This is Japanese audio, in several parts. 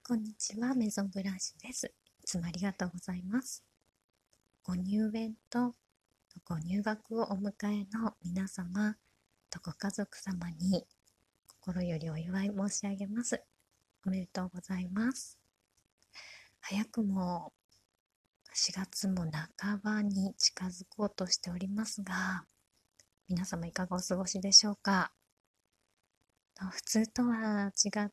こんにちは、メゾンブランシュです。いつもありがとうございます。ご入園とご入学をお迎えの皆様とご家族様に心よりお祝い申し上げます。おめでとうございます。早くも4月も半ばに近づこうとしておりますが、皆様いかがお過ごしでしょうか。普通とは違って、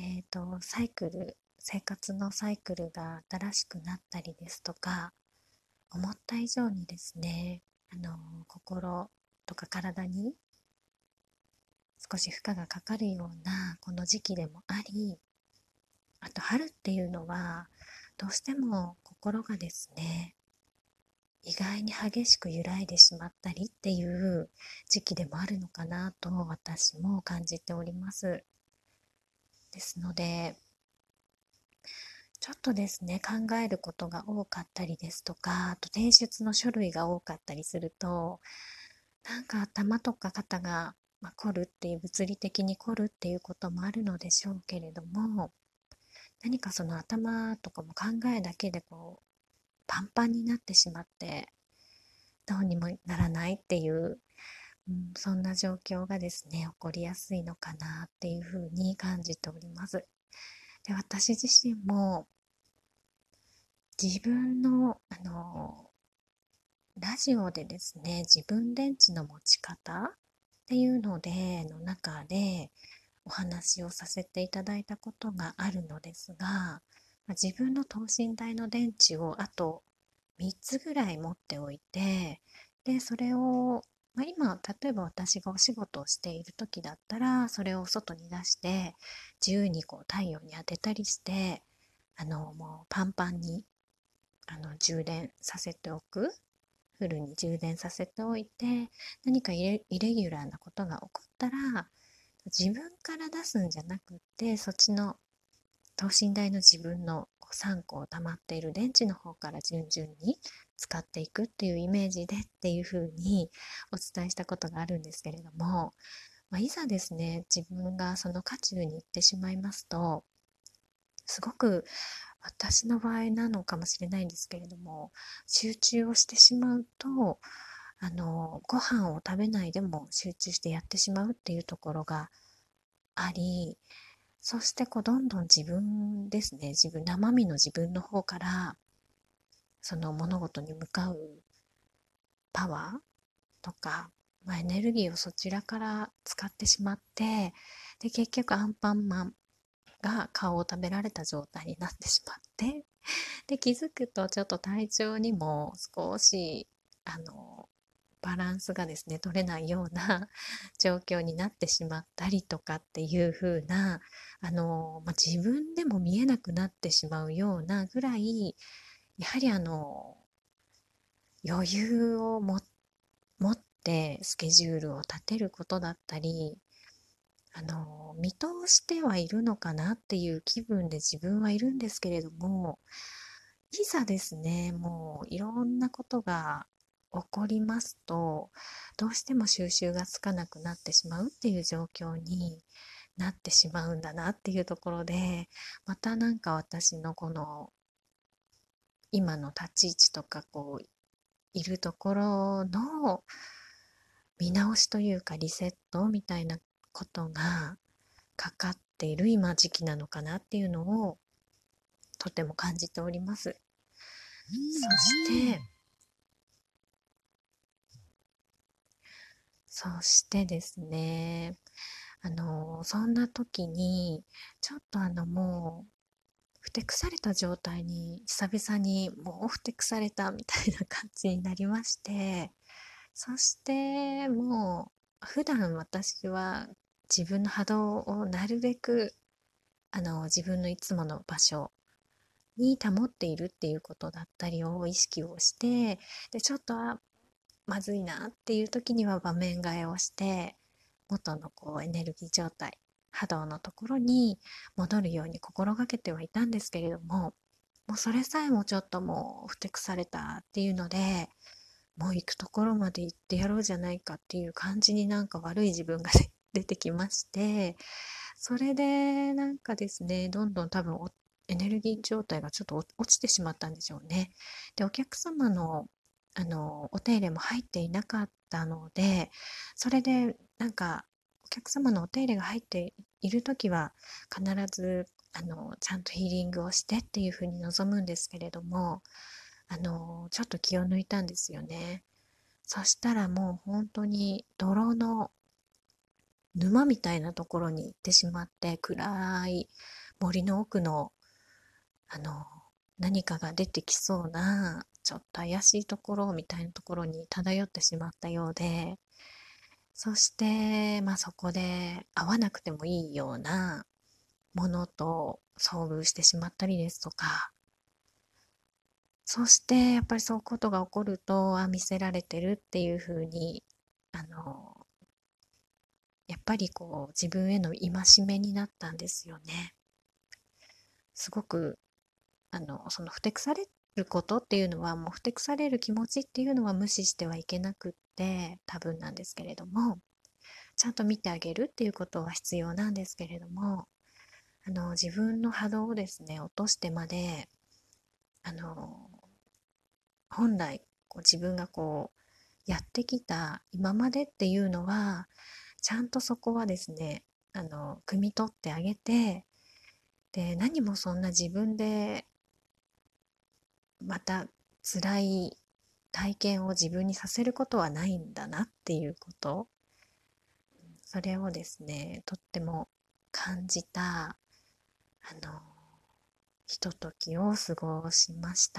生活のサイクルが新しくなったりですとか、思った以上にですね、心とか体に少し負荷がかかるようなこの時期でもあり、あと春っていうのはどうしても心がですね、意外に激しく揺らいでしまったりっていう時期でもあるのかなと私も感じております。ですので、ちょっとですね、考えることが多かったりですとか、あと提出の書類が多かったりすると、なんか頭とか肩が、凝るっていう、物理的に凝るっていうこともあるのでしょうけれども、何かその頭とかも考えだけでパンパンになってしまって、どうにもならないっていう、そんな状況がですね、起こりやすいのかなっていうふうに感じております。で、私自身も自分の、ラジオでですね、自分電池の持ち方っていうのの中でお話をさせていただいたことがあるのですが、自分の等身大の電池をあと3つぐらい持っておいて、で、それを、今、例えば私がお仕事をしている時だったら、それを外に出して、自由に太陽に当てたりして、もうパンパンに充電させておく。フルに充電させておいて、何かイレギュラーなことが起こったら、自分から出すんじゃなくって、そっちの等身大の自分の3個溜まっている電池の方から順々に使っていくっていうイメージでっていう風にお伝えしたことがあるんですけれども、いざですね、自分がその渦中に行ってしまいますと、すごく私の場合なのかもしれないんですけれども、集中をしてしまうと、ご飯を食べないでも集中してやってしまうっていうところがあり、そしてどんどん自分ですね、生身の自分の方から、その物事に向かうパワーとか、エネルギーをそちらから使ってしまって、で、結局アンパンマンが顔を食べられた状態になってしまって、で、気づくとちょっと体調にも少し、あの、バランスがですね、取れないような状況になってしまったりとかっていう風な、自分でも見えなくなってしまうようなぐらい、やはり余裕を持ってスケジュールを立てることだったり、見通してはいるのかなっていう気分で自分はいるんですけれども、いざですね、もういろんなことが起こりますと、どうしても収拾がつかなくなってしまうっていう状況になってしまうんだなっていうところで、またなんか私のこの今の立ち位置とかいるところの見直しというかリセットみたいなことがかかっている今時期なのかなっていうのをとても感じております。そしてですね、そんな時に、ちょっともう、ふてくされた状態に、久々にもうふてくされたみたいな感じになりまして、そしてもう、普段私は自分の波動をなるべく、自分のいつもの場所に保っているっていうことだったりを意識をして、で、ちょっとまずいなっていう時には場面替えをして、元のエネルギー状態、波動のところに戻るように心がけてはいたんですけれども、もうそれさえもちょっともうふてくされたっていうので、もう行くところまで行ってやろうじゃないかっていう感じになんか悪い自分が出てきまして、 それでなんかですね、どんどん多分エネルギー状態がちょっと落ちてしまったんでしょうね。で、お客様の、お手入れも入っていなかったので、それでなんかお客様のお手入れが入っている時は必ずちゃんとヒーリングをしてっていうふうに望むんですけれども、ちょっと気を抜いたんですよね。そしたらもう本当に泥の沼みたいなところに行ってしまって、暗い森の奥のあの何かが出てきそうなちょっと怪しいところみたいなところに漂ってしまったようで、そしてそこで会わなくてもいいようなものと遭遇してしまったりですとか、そしてやっぱりそういうことが起こると、見せられてるっていう風にあのやっぱりこう自分への戒めになったんですよね。すごくそのふてくされることっていうのは、もうふてくされる気持ちっていうのは無視してはいけなくって、多分なんですけれども、ちゃんと見てあげるっていうことは必要なんですけれども、自分の波動をですね落としてまで、あの本来こう自分がこうやってきた今までっていうのは、ちゃんとそこはですね汲み取ってあげて、で何もそんな自分でまた辛い体験を自分にさせることはないんだなっていうこと、それをですねとっても感じたのひとときを過ごしました。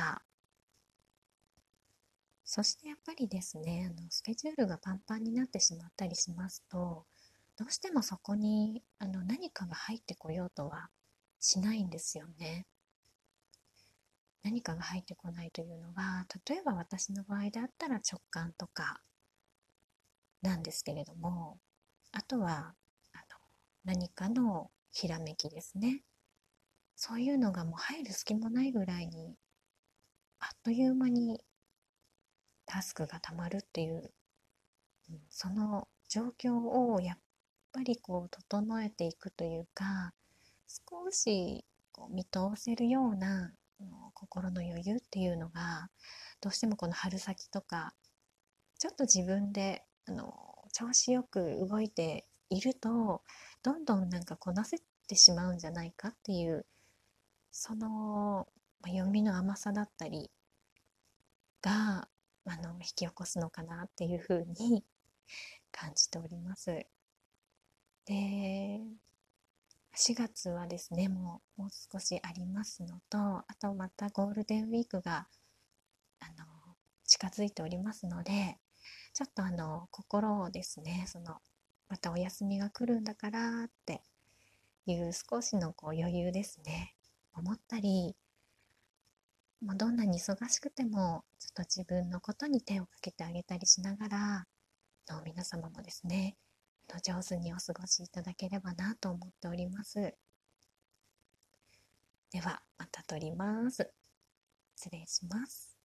そしてやっぱりですねスケジュールがパンパンになってしまったりしますと、どうしてもそこに何かが入ってこようとはしないんですよね。何かが入ってこないというのは、例えば私の場合であったら直感とかなんですけれども、あとは何かのひらめきですね。そういうのがもう入る隙もないぐらいに、あっという間にタスクがたまるっていう、その状況をやっぱりこう整えていくというか、少しこう見通せるような心の余裕っていうのが、どうしてもこの春先とかちょっと自分で調子よく動いていると、どんどんなんかこなせてしまうんじゃないかっていう、その、読みの甘さだったりが引き起こすのかなっていうふうに感じております。で、4月はですねもう少しありますのと、あとまたゴールデンウィークがあの近づいておりますので、ちょっと心をですねまたお休みが来るんだからっていう少しのこう余裕ですね思ったり、もうどんなに忙しくてもちょっと自分のことに手をかけてあげたりしながら皆様もですね上手にお過ごしいただければなと思っております。ではまた撮ります。失礼します。